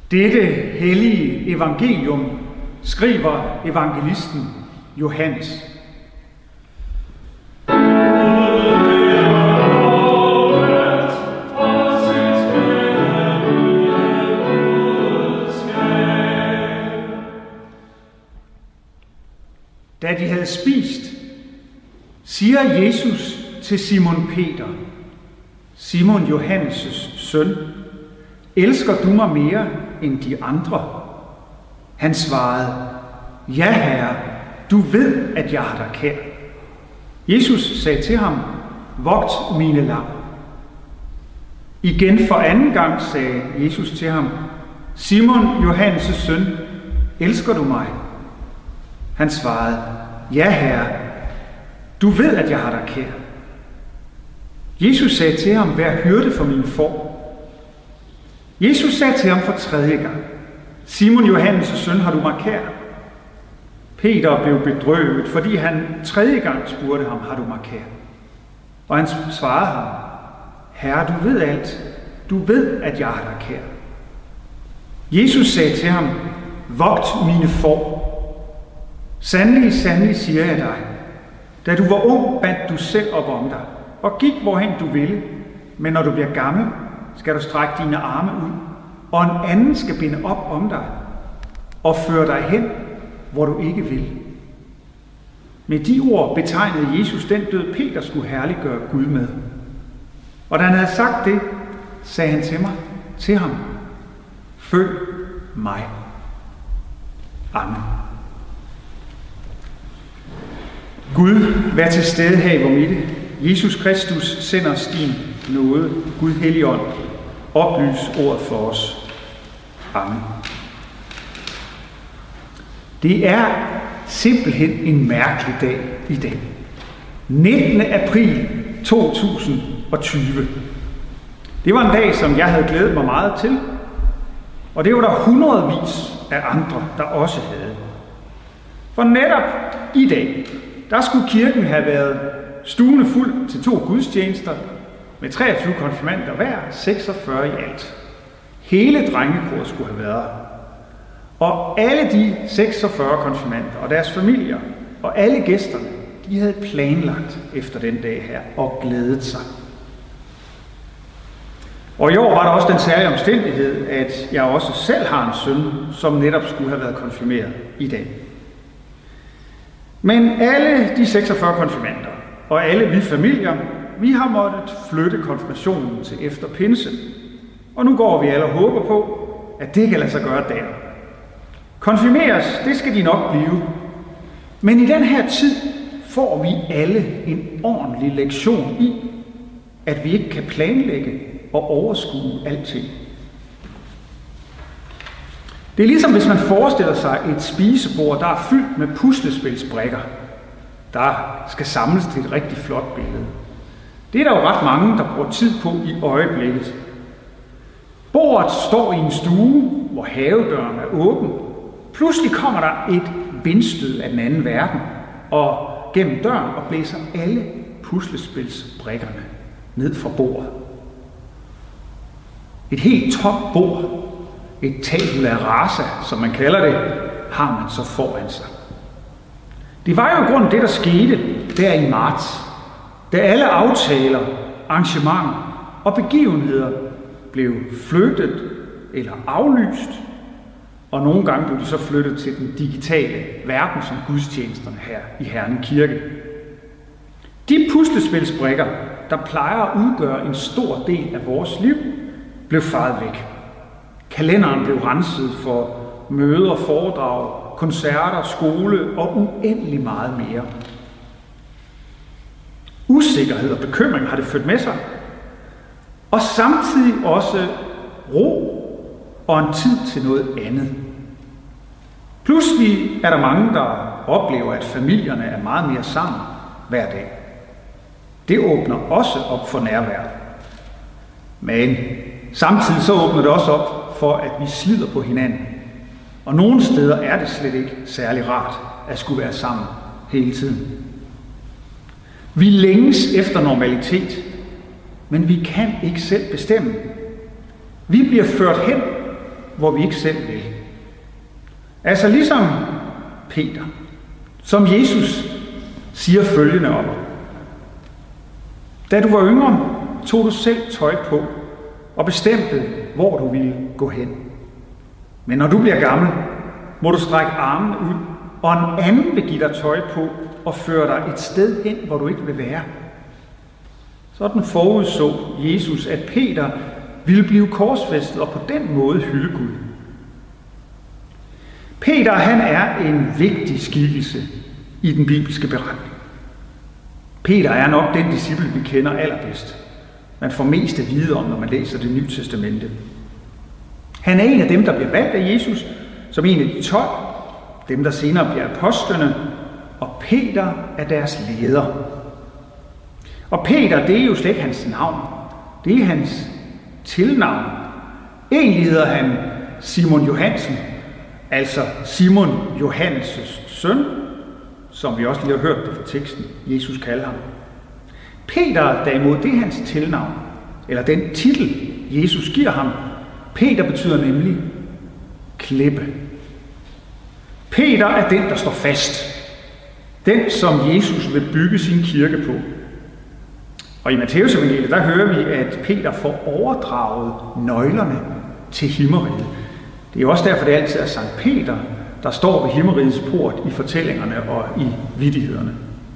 Dette hellige evangelium skriver evangelisten Johannes. Da de havde spist, siger Jesus til Simon Peter: Simon Johannes' søn, elsker du mig mere end de andre? Han svarede: Ja, Herre, du ved, at jeg har dig kær. Jesus sagde til ham: Vogt mine lam. Igen for anden gang sagde Jesus til ham: Simon Johannes' søn, elsker du mig? Han svarede: Ja, Herre, du ved, at jeg har dig kær. Jesus sagde til ham: Vær hyrde for mine får. Jesus sagde til ham for tredje gang: Simon Johannes' søn, har du mig kær? Peter blev bedrøvet, fordi han tredje gang spurgte ham: Har du mig kær? Og han svarede ham: Herre, du ved alt. Du ved, at jeg har dig kær. Jesus sagde til ham: Vogt mine får. Sandelig, sandelig, siger jeg dig, da du var ung, bandt du selv op om dig, og gik hvorhen du ville, men når du bliver gammel, skal du strække dine arme ud, og en anden skal binde op om dig, og føre dig hen, hvor du ikke vil. Med de ord betegnede Jesus den død, Peter skulle herliggøre Gud med. Og da han havde sagt det, sagde han til ham: Følg mig. Amen. Gud, vær til stede her i vor midte. Jesus Kristus sender os din nåde. Gud Helligånd, oplys ordet for os. Amen. Det er simpelthen en mærkelig dag i dag. 19. april 2020. Det var en dag, som jeg havde glædet mig meget til, og det var der hundredvis af andre, der også havde. For netop i dag, der skulle kirken have været stuende fuld til 2 gudstjenester med 23 konfirmander hver, 46 i alt. Hele drengekoret skulle have været. Og alle de 46 konfirmander og deres familier og alle gæsterne, de havde planlagt efter den dag her og glædet sig. Og i år var der også den særlige omstændighed, at jeg også selv har en søn, som netop skulle have været konfirmeret i dag. Men alle de 46 konfirmander og alle vi familier, vi har måttet flytte konfirmationen til efter pinse. Og nu går vi alle og håber på, at det kan lade sig gøre der. Konfirmeres, det skal de nok blive. Men i den her tid får vi alle en ordentlig lektion i, at vi ikke kan planlægge og overskue alting. Det er ligesom hvis man forestiller sig et spisebord, der er fyldt med puslespilsbrikker, der skal samles til et rigtig flot billede. Det er der jo ret mange, der bruger tid på i øjeblikket. Bordet står i en stue, hvor havedøren er åben. Pludselig kommer der et vindstød af den anden verden, og gennem døren og blæser alle puslespilsbrikkerne ned fra bordet. Et helt tomt bord, et tabula rasa, som man kalder det, har man så foran sig. Det var jo i grunden det, der skete der i marts, da alle aftaler, arrangementer og begivenheder blev flyttet eller aflyst, og nogle gange blev de så flyttet til den digitale verden som gudstjenesterne her i Herning Kirke. De puslespilsbrikker, der plejer at udgøre en stor del af vores liv, blev faret væk. Kalenderen blev renset for møder, foredrag, koncerter, skole og uendelig meget mere. Usikkerhed og bekymring har det ført med sig. Og samtidig også ro og en tid til noget andet. Pludselig er der mange, der oplever, at familierne er meget mere sammen hver dag. Det åbner også op for nærvær. Men samtidig så åbner det også op for, at vi slider på hinanden. Og nogle steder er det slet ikke særlig rart at skulle være sammen hele tiden. Vi længes efter normalitet, men vi kan ikke selv bestemme. Vi bliver ført hen, hvor vi ikke selv vil. Altså ligesom Peter, som Jesus siger følgende om. Da du var yngre, tog du selv tøj på og bestemte, hvor du ville gå hen. Men når du bliver gammel, må du strække armen ud, og en anden vil give dig tøj på og føre dig et sted hen, hvor du ikke vil være. Sådan forudså Jesus, at Peter ville blive korsfæstet og på den måde hylde Gud. Peter, han er en vigtig skikkelse i den bibelske beretning. Peter er nok den disciple, vi kender allerbedst. Man får mest at vide om, når man læser Det Nye Testamente. Han er en af dem, der bliver valgt af Jesus, som en af de 12, dem der senere bliver apostlene, og Peter er deres leder. Og Peter, det er jo slet ikke hans navn. Det er hans tilnavn. Egentlig hedder han Simon Johansen, altså Simon Johannes' søn, som vi også lige har hørt det fra teksten, Jesus kalder ham. Peter derimod, det er hans tilnavn, eller den titel, Jesus giver ham. Peter betyder nemlig klippe. Peter er den, der står fast. Den, som Jesus vil bygge sin kirke på. Og i Matthæus evangeliet, der hører vi, at Peter får overdraget nøglerne til himmeriget. Det er jo også derfor, det altid er Sankt Peter, der står ved himmerigets port i fortællingerne og i vittighederne.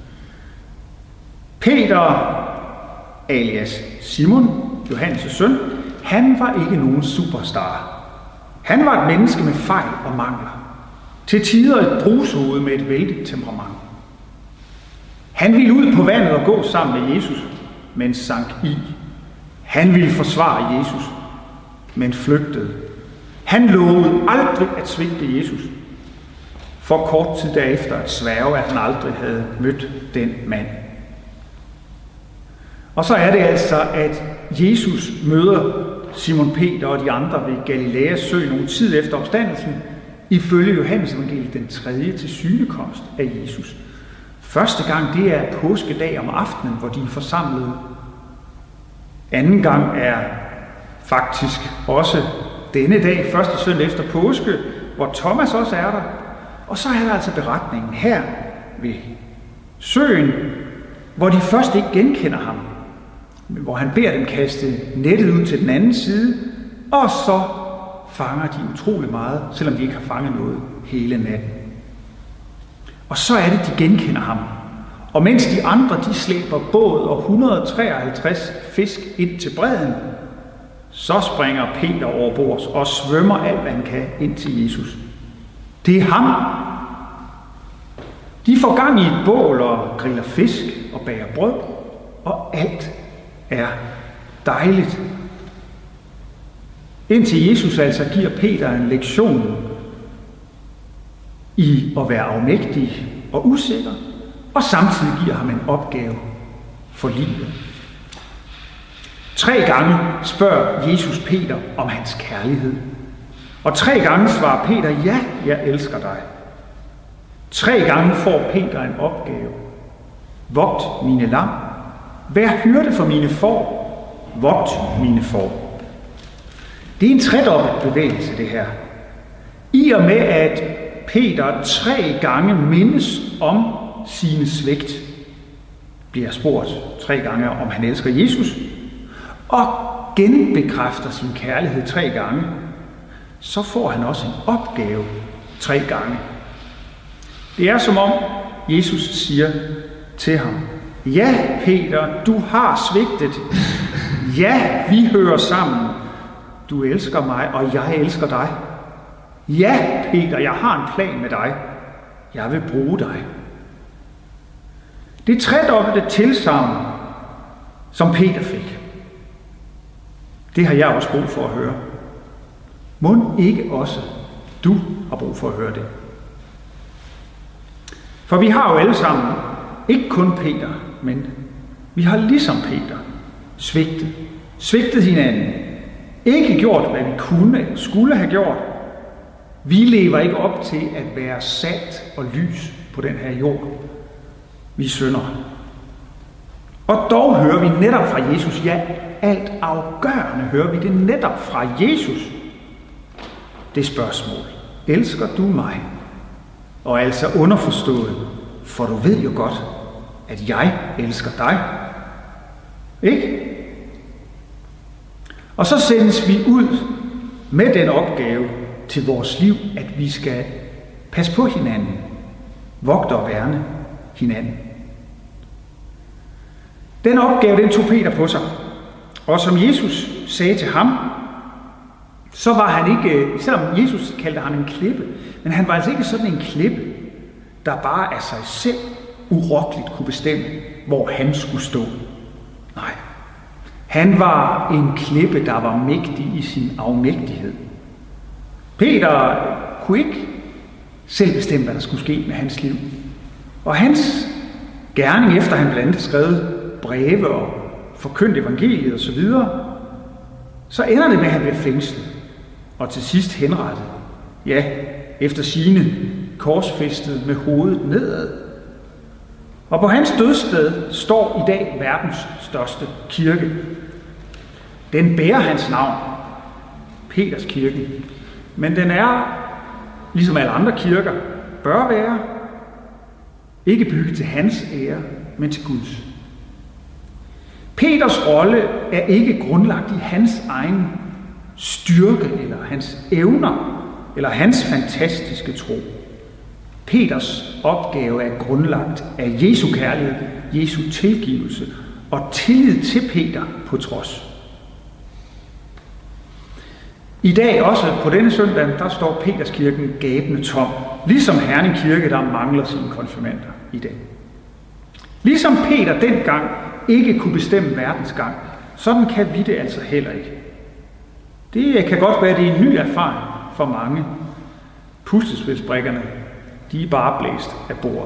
Peter, alias Simon, Johannes' søn, han var ikke nogen superstar. Han var et menneske med fejl og mangler. Til tider et brushoved med et vældigt temperament. Han ville ud på vandet og gå sammen med Jesus, men sank i. Han ville forsvare Jesus, men flygtede. Han lovede aldrig at svigte Jesus. For kort tid derefter at sværge, at han aldrig havde mødt den mand. Og så er det altså, at Jesus møder Simon Peter og de andre ved Galilæas sø nogle tid efter opstandelsen, ifølge Johannes evangeliet den 3. til synekomst af Jesus. Første gang, det er påskedag om aftenen, hvor de er forsamlet. Anden gang er faktisk også denne dag, første søndag efter påske, hvor Thomas også er der. Og så er der altså beretningen her ved søen, hvor de først ikke genkender ham, hvor han beder dem kaste nettet ud til den anden side, og så fanger de utrolig meget, selvom de ikke har fanget noget hele natten. Og så er det, de genkender ham. Og mens de andre, de slæber båd og 153 fisk ind til bredden, så springer Peter over bords og svømmer alt, hvad han kan, ind til Jesus. Det er ham. De får gang i et bål og griller fisk og bager brød, og alt er dejligt. Indtil Jesus altså giver Peter en lektion i at være afmægtig og usikker, og samtidig giver ham en opgave for livet. 3 gange spørger Jesus Peter om hans kærlighed. Og 3 gange svarer Peter, ja, jeg elsker dig. 3 gange får Peter en opgave. Vogt mine lam. Vær hyrde for mine får. Vogt mine får. Det er en tredobbelt bevægelse, det her. I og med, at Peter 3 gange mindes om sine svigt, bliver spurgt 3 gange, om han elsker Jesus, og genbekræfter sin kærlighed 3 gange, så får han også en opgave 3 gange. Det er som om Jesus siger til ham, ja Peter, du har svigtet. Ja, vi hører sammen. Du elsker mig, og jeg elsker dig. Ja, Peter, jeg har en plan med dig. Jeg vil bruge dig. Det tredobbelte tilsagn, som Peter fik, det har jeg også brug for at høre. Mon ikke også du har brug for at høre det? For vi har jo alle sammen, ikke kun Peter, men vi har ligesom Peter svigtet hinanden. Ikke gjort, hvad vi kunne eller skulle have gjort. Vi lever ikke op til at være salt og lys på den her jord. Vi synder. Og dog hører vi netop fra Jesus, ja, alt afgørende hører vi det netop fra Jesus, det spørgsmål. Elsker du mig? Og altså underforstået, for du ved jo godt, at jeg elsker dig. Ikke? Og så sendes vi ud med den opgave til vores liv, at vi skal passe på hinanden, vogte og værne hinanden. Den opgave, den tog Peter på sig. Og som Jesus sagde til ham, så var han ikke, selvom Jesus kaldte ham en klippe, men han var altså ikke sådan en klippe, der bare af sig selv urokkeligt kunne bestemme, hvor han skulle stå. Nej. Han var en klippe, der var mægtig i sin afmægtighed. Peter kunne ikke selv bestemme, hvad der skulle ske med hans liv. Og hans gerning, efter han blandt andet skrevet breve og forkyndt evangeliet osv., så ender det med, at han bliver fængslet og til sidst henrettet. Ja, efter sigende korsfæstet med hovedet nedad. Og på hans dødssted står i dag verdens største kirke. Den bærer hans navn, Peters kirke, men den er, ligesom alle andre kirker bør være, ikke bygget til hans ære, men til Guds. Peters rolle er ikke grundlagt i hans egen styrke, eller hans evner, eller hans fantastiske tro. Peters opgave er grundlagt af Jesu kærlighed, Jesu tilgivelse og tillid til Peter på trods. I dag også på denne søndag, der står Peterskirken gabende tom, ligesom Herning Kirke, der mangler sine konfirmander i dag. Ligesom Peter dengang ikke kunne bestemme verdens gang, sådan kan vi det altså heller ikke. Det kan godt være, at det er en ny erfaring for mange. Puslespilsbrikkerne, de er bare blæst af bordet.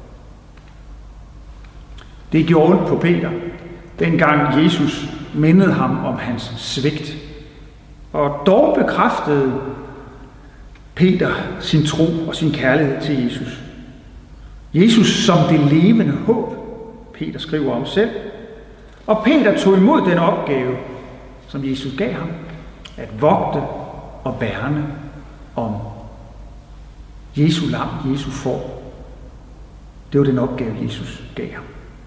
Det gjorde ondt på Peter, dengang Jesus mindede ham om hans svigt. Og dog bekræftede Peter sin tro og sin kærlighed til Jesus. Jesus som det levende håb, Peter skriver om selv. Og Peter tog imod den opgave, som Jesus gav ham, at vogte og værne om Jesu lam, Jesu får. Det var den opgave, Jesus gav ham.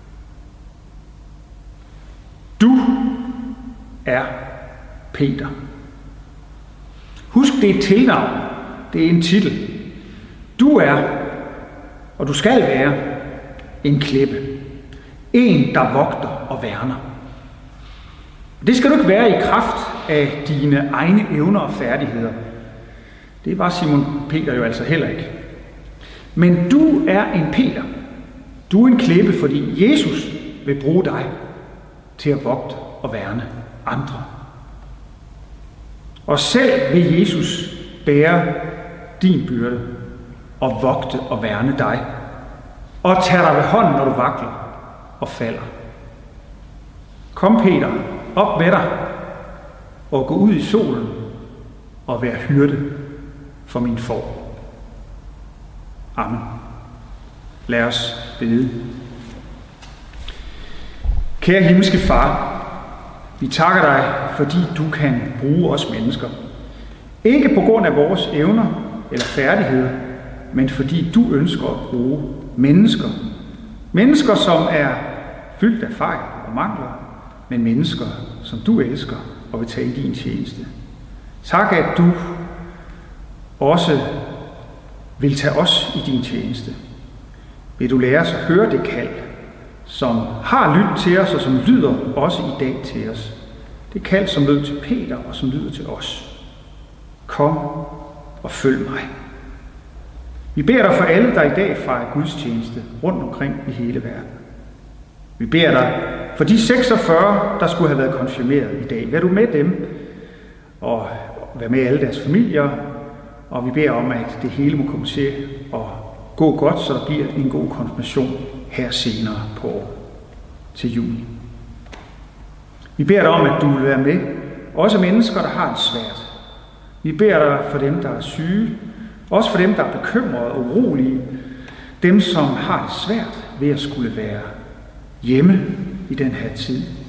Du er Peter. Husk, det er et tilnavn. Det er en titel. Du er, og du skal være, en klippe. En, der vogter og værner. Det skal du ikke være i kraft af dine egne evner og færdigheder. Det var Simon Peter jo altså heller ikke. Men du er en Peter. Du er en klippe, fordi Jesus vil bruge dig til at vogte og værne andre. Og selv vil Jesus bære din byrde og vogte og værne dig. Og tage dig ved hånden, når du vakler og falder. Kom, Peter, op med dig og gå ud i solen og vær hyrde for min får. Amen. Lad os bede. Kære himmelske Far, vi takker dig, fordi du kan bruge os mennesker. Ikke på grund af vores evner eller færdigheder, men fordi du ønsker at bruge mennesker. Mennesker, som er fyldt af fejl og mangler, men mennesker, som du elsker og vil tage i din tjeneste. Tak, at du også vil tage os i din tjeneste. Vil du lære os at høre det kald, som har lyttet til os og som lyder også i dag til os. Det kald, som lød til Peter og som lyder til os. Kom og følg mig. Vi beder dig for alle, der i dag fejrer gudstjeneste rundt omkring i hele verden. Vi beder dig for de 46, der skulle have været konfirmeret i dag. Vær du med dem og vær med alle deres familier. Og vi beder om, at det hele må komme til at gå godt, så der bliver en god konfirmation her senere på året til juni. Vi beder dig om, at du vil være med. Også mennesker, der har det svært. Vi beder dig for dem, der er syge. Også for dem, der er bekymrede og urolige. Dem, som har det svært ved at skulle være hjemme i den her tid.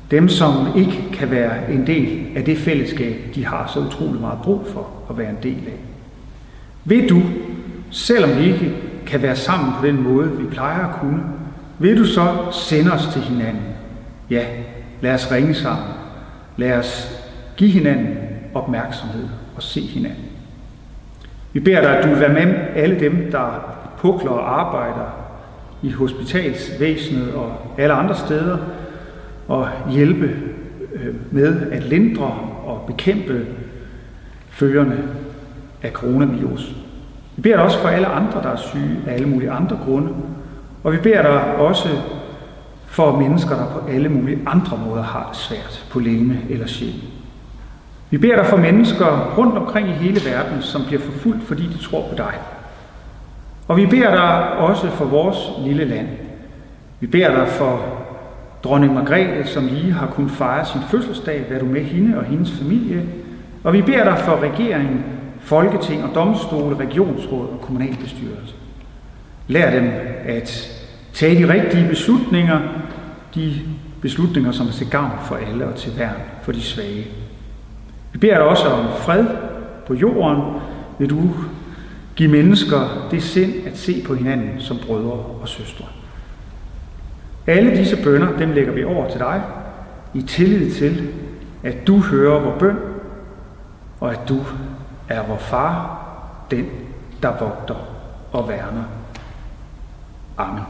Dem, som ikke kan være en del af det fællesskab, de har så utrolig meget brug for at være en del af. Vil du, selvom vi ikke kan være sammen på den måde, vi plejer at kunne, vil du så sende os til hinanden? Ja, lad os ringe sammen. Lad os give hinanden opmærksomhed og se hinanden. Vi beder dig, at du vil være med alle dem, der pukler og arbejder i hospitalsvæsenet og alle andre steder, og hjælpe med at lindre og bekæmpe følgerne af coronavirus. Vi beder dig også for alle andre, der er syge af alle mulige andre grunde, og vi beder dig også for mennesker, der på alle mulige andre måder har det svært på legeme eller sjæl. Vi beder dig for mennesker rundt omkring i hele verden, som bliver forfulgt, fordi de tror på dig. Og vi beder dig også for vores lille land. Vi beder dig for dronning Margrethe, som lige har kunnet fejre sin fødselsdag. Vær du med hende og hendes familie. Og vi beder dig for regeringen, Folketing og domstole, regionsråd og kommunalbestyrelse. Lær dem at tage de rigtige beslutninger, de beslutninger, som er til gavn for alle og til værn for de svage. Vi beder dig også om fred på jorden. Vil du give mennesker det sind at se på hinanden som brødre og søstre. Alle disse bønner, dem lægger vi over til dig, i tillid til, at du hører vor bøn, og at du er vor far, den, der vogter og værner. Amen.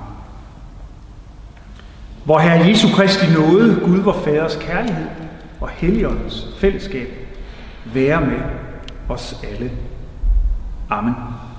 Vor Herre Jesu Kristi nåde, Gud vor Faders kærlighed og Helligåndens fællesskab være med os alle. Amen.